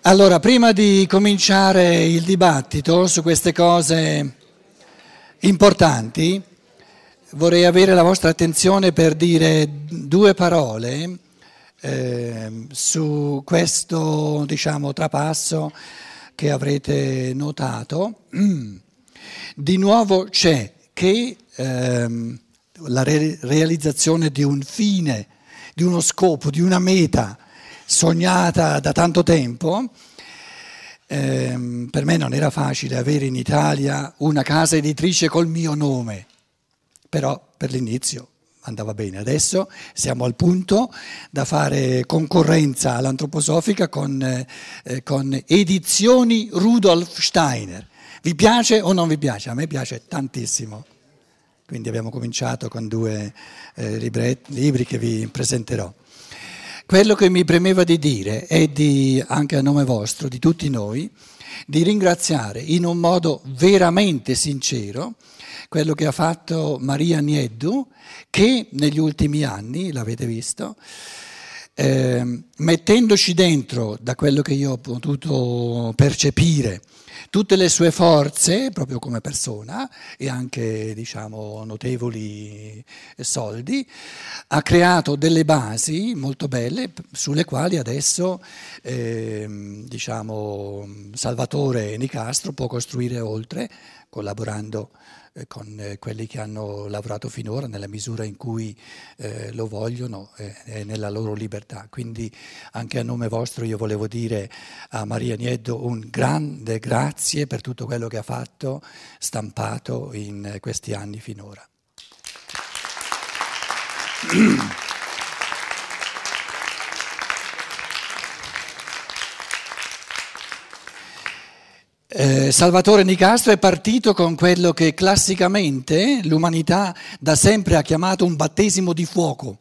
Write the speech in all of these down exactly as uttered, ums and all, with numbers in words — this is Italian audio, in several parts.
Allora, prima di cominciare il dibattito su queste cose importanti, vorrei avere la vostra attenzione per dire due parole eh, su questo, diciamo, trapasso che avrete notato. Di nuovo c'è che ehm, la re- realizzazione di un fine, di uno scopo, di una meta sognata da tanto tempo. Eh, per me non era facile avere in Italia una casa editrice col mio nome, però per l'inizio andava bene. Adesso siamo al punto da fare concorrenza all'antroposofica con, eh, con Edizioni Rudolf Steiner. Vi piace o non vi piace? A me piace tantissimo. Quindi abbiamo cominciato con due eh, libretti, libri che vi presenterò. Quello che mi premeva di dire è di, anche a nome vostro, di tutti noi, di ringraziare in un modo veramente sincero quello che ha fatto Maria Nieddu, che negli ultimi anni, l'avete visto, eh, mettendoci dentro, da quello che io ho potuto percepire, tutte le sue forze, proprio come persona, e anche, diciamo, notevoli soldi, ha creato delle basi molto belle sulle quali adesso, eh, diciamo, Salvatore Nicastro può costruire oltre, collaborando eh, con eh, quelli che hanno lavorato finora nella misura in cui eh, lo vogliono e eh, nella loro libertà. Quindi anche a nome vostro io volevo dire a Maria Nieddu un grande grazie per tutto quello che ha fatto, stampato in eh, questi anni finora. Eh, Salvatore Nicastro è partito con quello che classicamente l'umanità da sempre ha chiamato un battesimo di fuoco.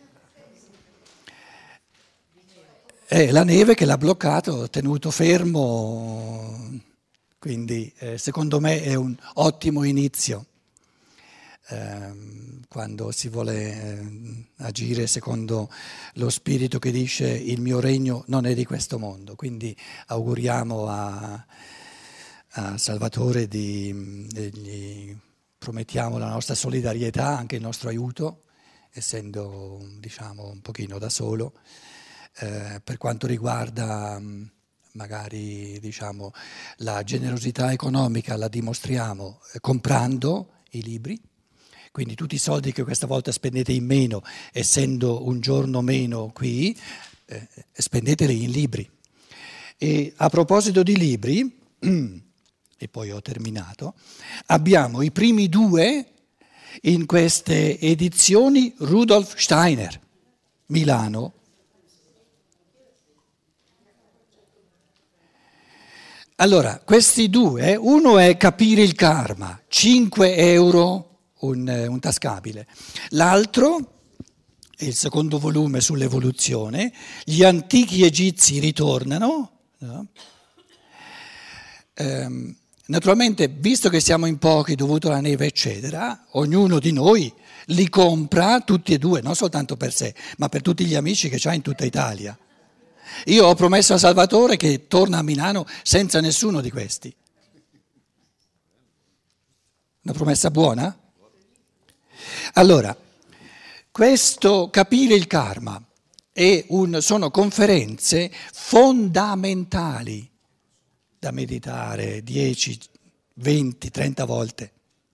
È la neve che l'ha bloccato, tenuto fermo, quindi eh, secondo me è un ottimo inizio eh, quando si vuole eh, agire secondo lo spirito che dice il mio regno non è di questo mondo. Quindi auguriamo a... a Salvatore di, gli promettiamo la nostra solidarietà, anche il nostro aiuto, essendo, diciamo, un pochino da solo, eh, per quanto riguarda magari, diciamo, la generosità economica la dimostriamo eh, comprando i libri, quindi tutti i soldi che questa volta spendete in meno, essendo un giorno meno qui, eh, spendeteli in libri. E a proposito di libri, e poi ho terminato, abbiamo i primi due in queste edizioni Rudolf Steiner, Milano. Allora, questi due, uno è Capire il karma, cinque euro un, un tascabile, l'altro è il secondo volume sull'evoluzione, Gli antichi egizi ritornano, no? ehm, Naturalmente, visto che siamo in pochi dovuto alla neve, eccetera, ognuno di noi li compra tutti e due, non soltanto per sé, ma per tutti gli amici che ha in tutta Italia. Io ho promesso a Salvatore che torna a Milano senza nessuno di questi. Una promessa buona? Allora, questo Capire il karma è un, sono conferenze fondamentali da meditare dieci, venti, trenta volte,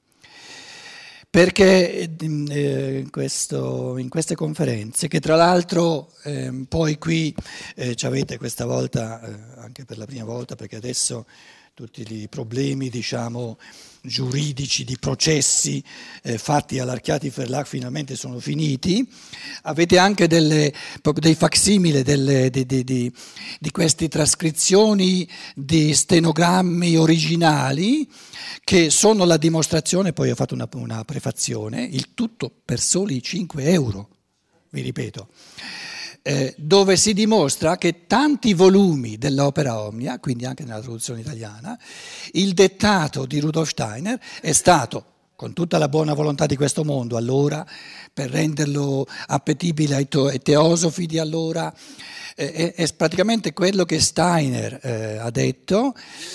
perché eh, questo, in queste conferenze, che tra l'altro eh, poi qui eh, ci avete questa volta, eh, anche per la prima volta, perché adesso tutti i problemi, diciamo, giuridici, di processi eh, fatti all'Archiati Verlag finalmente sono finiti, avete anche delle, proprio dei facsimile delle, di, di, di, di queste trascrizioni di stenogrammi originali che sono la dimostrazione, poi ho fatto una, una prefazione, il tutto per soli cinque euro, vi ripeto. Eh, dove si dimostra che tanti volumi dell'opera Omnia, quindi anche nella traduzione italiana, il dettato di Rudolf Steiner è stato, con tutta la buona volontà di questo mondo allora, per renderlo appetibile ai, to- ai teosofi di allora, è, è praticamente quello che Steiner eh, ha detto,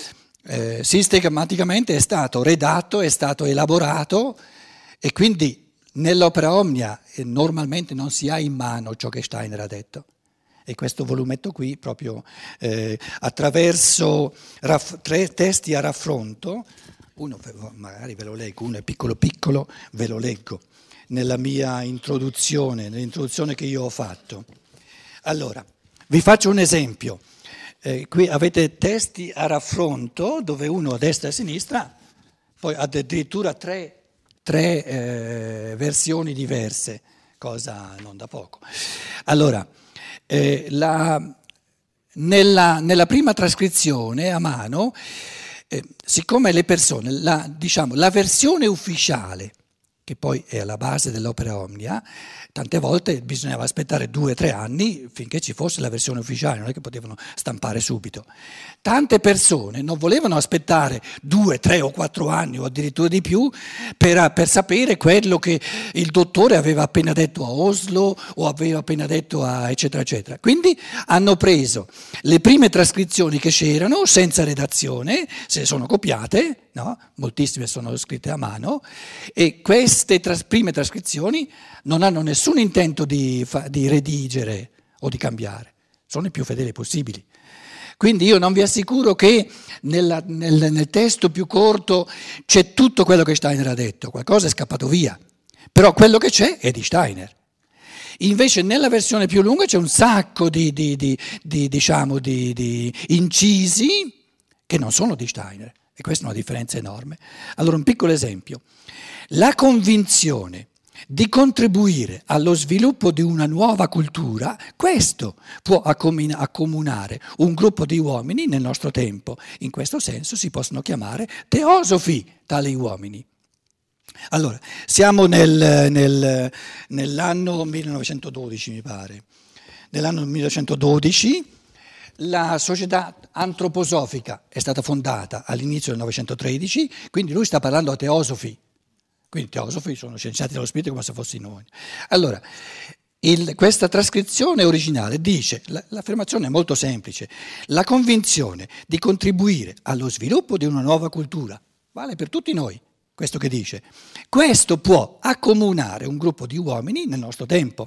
eh, sistematicamente è stato redatto, è stato elaborato e quindi nell'opera omnia eh, normalmente non si ha in mano ciò che Steiner ha detto. E questo volumetto qui, proprio eh, attraverso raff- tre testi a raffronto, uno magari ve lo leggo, uno è piccolo piccolo, ve lo leggo nella mia introduzione, nell'introduzione che io ho fatto. Allora, vi faccio un esempio. Eh, qui avete testi a raffronto dove uno a destra e a sinistra, poi addirittura tre, tre eh, versioni diverse, cosa non da poco. Allora, eh, la, nella, nella prima trascrizione a mano, eh, siccome le persone, la, diciamo, la versione ufficiale, che poi è alla base dell'opera omnia, tante volte bisognava aspettare due o tre anni finché ci fosse la versione ufficiale, non è che potevano stampare subito. Tante persone non volevano aspettare due, tre o quattro anni o addirittura di più per, per sapere quello che il dottore aveva appena detto a Oslo o aveva appena detto a eccetera eccetera. Quindi hanno preso le prime trascrizioni che c'erano senza redazione, se sono copiate, no? Moltissime sono scritte a mano e queste tras- prime trascrizioni non hanno nessun intento di, fa- di redigere o di cambiare, sono i più fedeli possibili. Quindi io non vi assicuro che nella, nel, nel testo più corto c'è tutto quello che Steiner ha detto, qualcosa è scappato via, però quello che c'è è di Steiner. Invece nella versione più lunga c'è un sacco di, di, di, di, diciamo, di, di incisi che non sono di Steiner e questa è una differenza enorme. Allora un piccolo esempio, la convinzione di contribuire allo sviluppo di una nuova cultura, questo può accomunare un gruppo di uomini nel nostro tempo. In questo senso si possono chiamare teosofi tali uomini. Allora, siamo nel, nel, nell'anno millenovecentododici, mi pare. Nell'anno millenovecentododici la società antroposofica è stata fondata all'inizio del novecentotredici, quindi lui sta parlando a teosofi. Quindi i teosofi sono scienziati dello spirito come se fossi noi. Allora, il, questa trascrizione originale dice, la, l'affermazione è molto semplice, la convinzione di contribuire allo sviluppo di una nuova cultura, vale per tutti noi, questo che dice. Questo può accomunare un gruppo di uomini nel nostro tempo.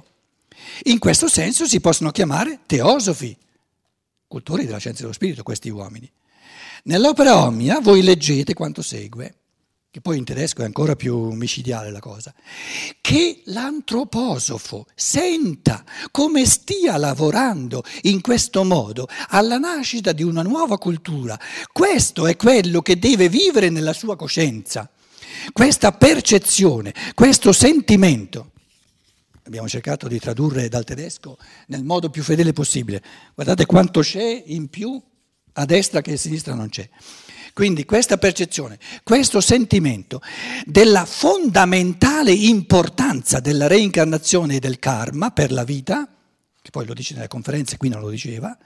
In questo senso si possono chiamare teosofi, cultori della scienza dello spirito, questi uomini. Nell'opera Omnia voi leggete quanto segue, che poi in tedesco è ancora più micidiale la cosa, che l'antroposofo senta come stia lavorando in questo modo alla nascita di una nuova cultura. Questo è quello che deve vivere nella sua coscienza, questa percezione, questo sentimento. Abbiamo cercato di tradurre dal tedesco nel modo più fedele possibile. Guardate quanto c'è in più a destra che a sinistra non c'è. Quindi questa percezione, questo sentimento della fondamentale importanza della reincarnazione e del karma per la vita, che poi lo dice nelle conferenze, qui non lo diceva,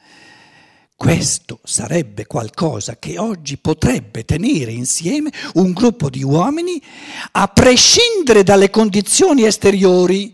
questo sarebbe qualcosa che oggi potrebbe tenere insieme un gruppo di uomini a prescindere dalle condizioni esteriori.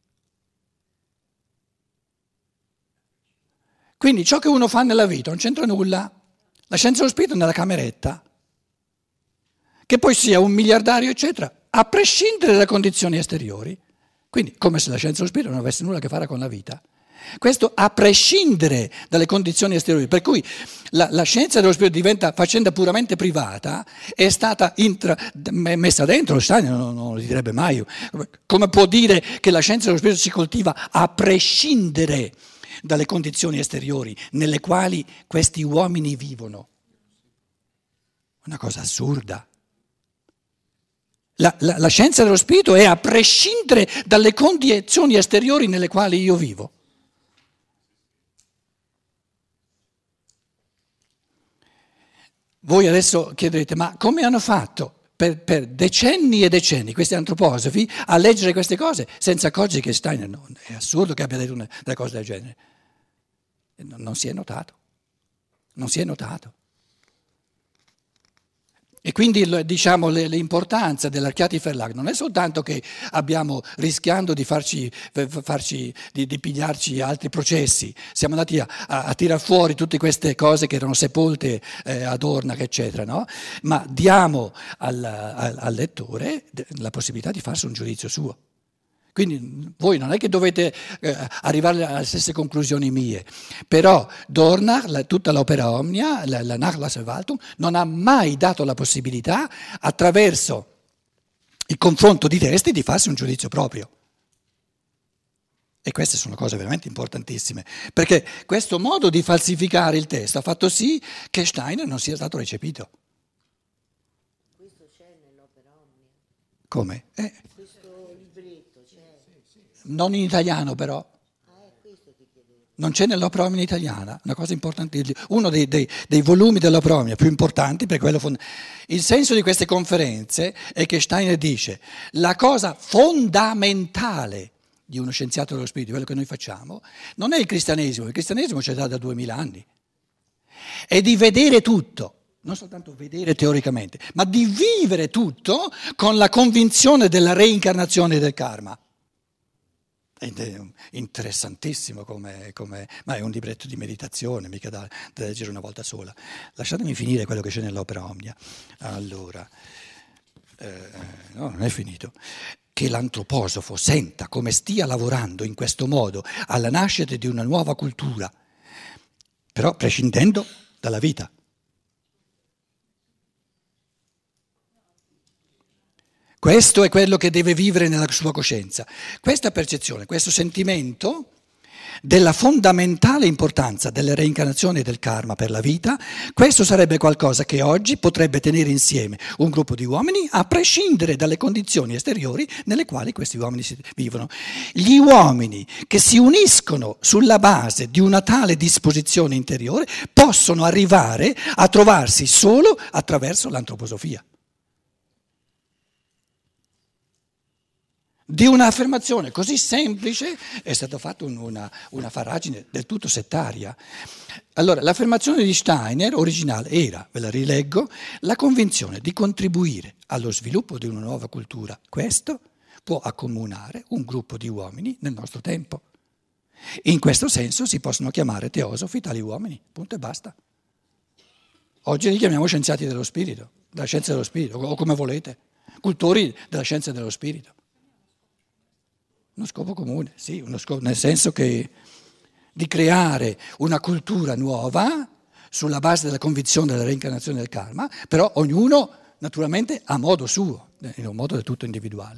Quindi ciò che uno fa nella vita non c'entra nulla. La scienza dello spirito è nella cameretta, che poi sia un miliardario, eccetera, a prescindere dalle condizioni esteriori. Quindi, come se la scienza dello spirito non avesse nulla a che fare con la vita. Questo a prescindere dalle condizioni esteriori. Per cui la, la scienza dello spirito diventa faccenda puramente privata, è stata intra, messa dentro, lo Steiner non, non lo direbbe mai. Come può dire che la scienza dello spirito si coltiva a prescindere dalle condizioni esteriori nelle quali questi uomini vivono? Una cosa assurda. La, la, la scienza dello spirito è a prescindere dalle condizioni esteriori nelle quali io vivo. Voi adesso chiederete, ma come hanno fatto per, per decenni e decenni questi antroposofi a leggere queste cose senza accorgersi che Steiner no, è assurdo che abbia detto una, delle cose del genere. Non, non si è notato, non si è notato. E quindi diciamo l'importanza dell'Archiati-Verlag non è soltanto che abbiamo rischiando di farci, farci di, di pigliarci altri processi, siamo andati a, a, a tirar fuori tutte queste cose che erano sepolte eh, ad Ornac, eccetera, no? Ma diamo al, al, al lettore la possibilità di farsi un giudizio suo. Quindi voi non è che dovete eh, arrivare alle stesse conclusioni mie, però Dornach, la, tutta l'opera Omnia, la, la Nachlassverwaltung, non ha mai dato la possibilità, attraverso il confronto di testi, di farsi un giudizio proprio. E queste sono cose veramente importantissime, perché questo modo di falsificare il testo ha fatto sì che Steiner non sia stato recepito. Questo c'è nell'opera Omnia. Come? Eh. C'è. Non in italiano però, Ah, è questo che chiedevo. non c'è nell'opera Omnia italiana, una cosa importantissima, uno dei, dei, dei volumi dell'opera Omnia più importanti per quello fond- il senso di queste conferenze è che Steiner dice la cosa fondamentale di uno scienziato dello spirito, quello che noi facciamo, non è il cristianesimo, il cristianesimo c'è già da duemila anni, è di vedere tutto. Non soltanto vedere teoricamente, ma di vivere tutto con la convinzione della reincarnazione del karma. Ed è interessantissimo come, come, ma è un libretto di meditazione, mica da, da leggere una volta sola. Lasciatemi finire quello che c'è nell'opera Omnia. Allora, eh, no, non è finito. Che l'antroposofo senta come stia lavorando in questo modo alla nascita di una nuova cultura, però prescindendo dalla vita. Questo è quello che deve vivere nella sua coscienza. Questa percezione, questo sentimento della fondamentale importanza della reincarnazione e del karma per la vita, questo sarebbe qualcosa che oggi potrebbe tenere insieme un gruppo di uomini a prescindere dalle condizioni esteriori nelle quali questi uomini si vivono. Gli uomini che si uniscono sulla base di una tale disposizione interiore possono arrivare a trovarsi solo attraverso l'antroposofia. Di un'affermazione così semplice è stata fatta una, una farragine del tutto settaria. Allora, l'affermazione di Steiner originale era, ve la rileggo, la convinzione di contribuire allo sviluppo di una nuova cultura. Questo può accomunare un gruppo di uomini nel nostro tempo. In questo senso si possono chiamare teosofi tali uomini, punto e basta. Oggi li chiamiamo scienziati dello spirito, della scienza dello spirito, o come volete, cultori della scienza dello spirito. Uno scopo comune, sì, uno scopo, nel senso che di creare una cultura nuova sulla base della convinzione della reincarnazione del karma, però ognuno naturalmente a modo suo, in un modo del tutto individuale.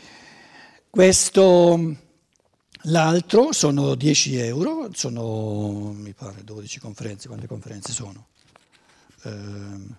Questo, l'altro sono dieci euro, sono mi pare dodici conferenze, quante conferenze sono? Eh,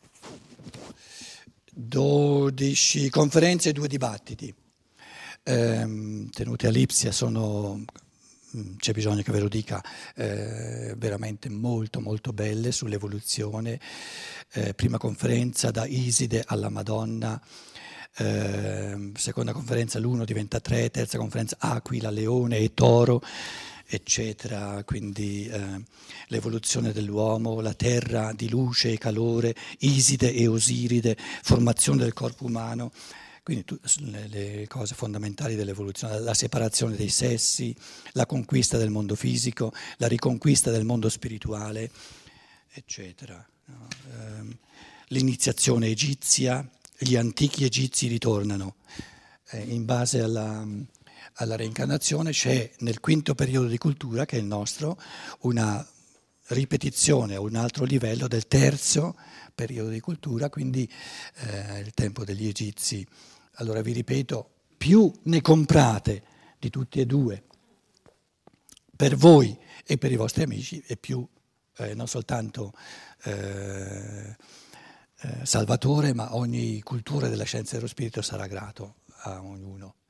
dodici conferenze e due dibattiti. Eh, tenuti a Lipsia, sono, c'è bisogno che ve lo dica, eh, veramente molto molto belle sull'evoluzione. Eh, prima conferenza da Iside alla Madonna, eh, seconda conferenza l'uno diventa tre, terza conferenza Aquila, Leone e Toro, eccetera, quindi eh, l'evoluzione dell'uomo, la terra di luce e calore, Iside e Osiride, formazione del corpo umano. Quindi tu, le, le cose fondamentali dell'evoluzione, la separazione dei sessi, la conquista del mondo fisico, la riconquista del mondo spirituale, eccetera. No? Eh, l'iniziazione egizia, gli antichi egizi ritornano. Eh, in base alla, alla reincarnazione c'è nel quinto periodo di cultura, che è il nostro, una ripetizione a un altro livello del terzo periodo di cultura, quindi eh, il tempo degli egizi. Allora vi ripeto, più ne comprate di tutti e due per voi e per i vostri amici, e più eh, non soltanto eh, eh, Salvatore, ma ogni cultura della scienza dello spirito sarà grato a ognuno.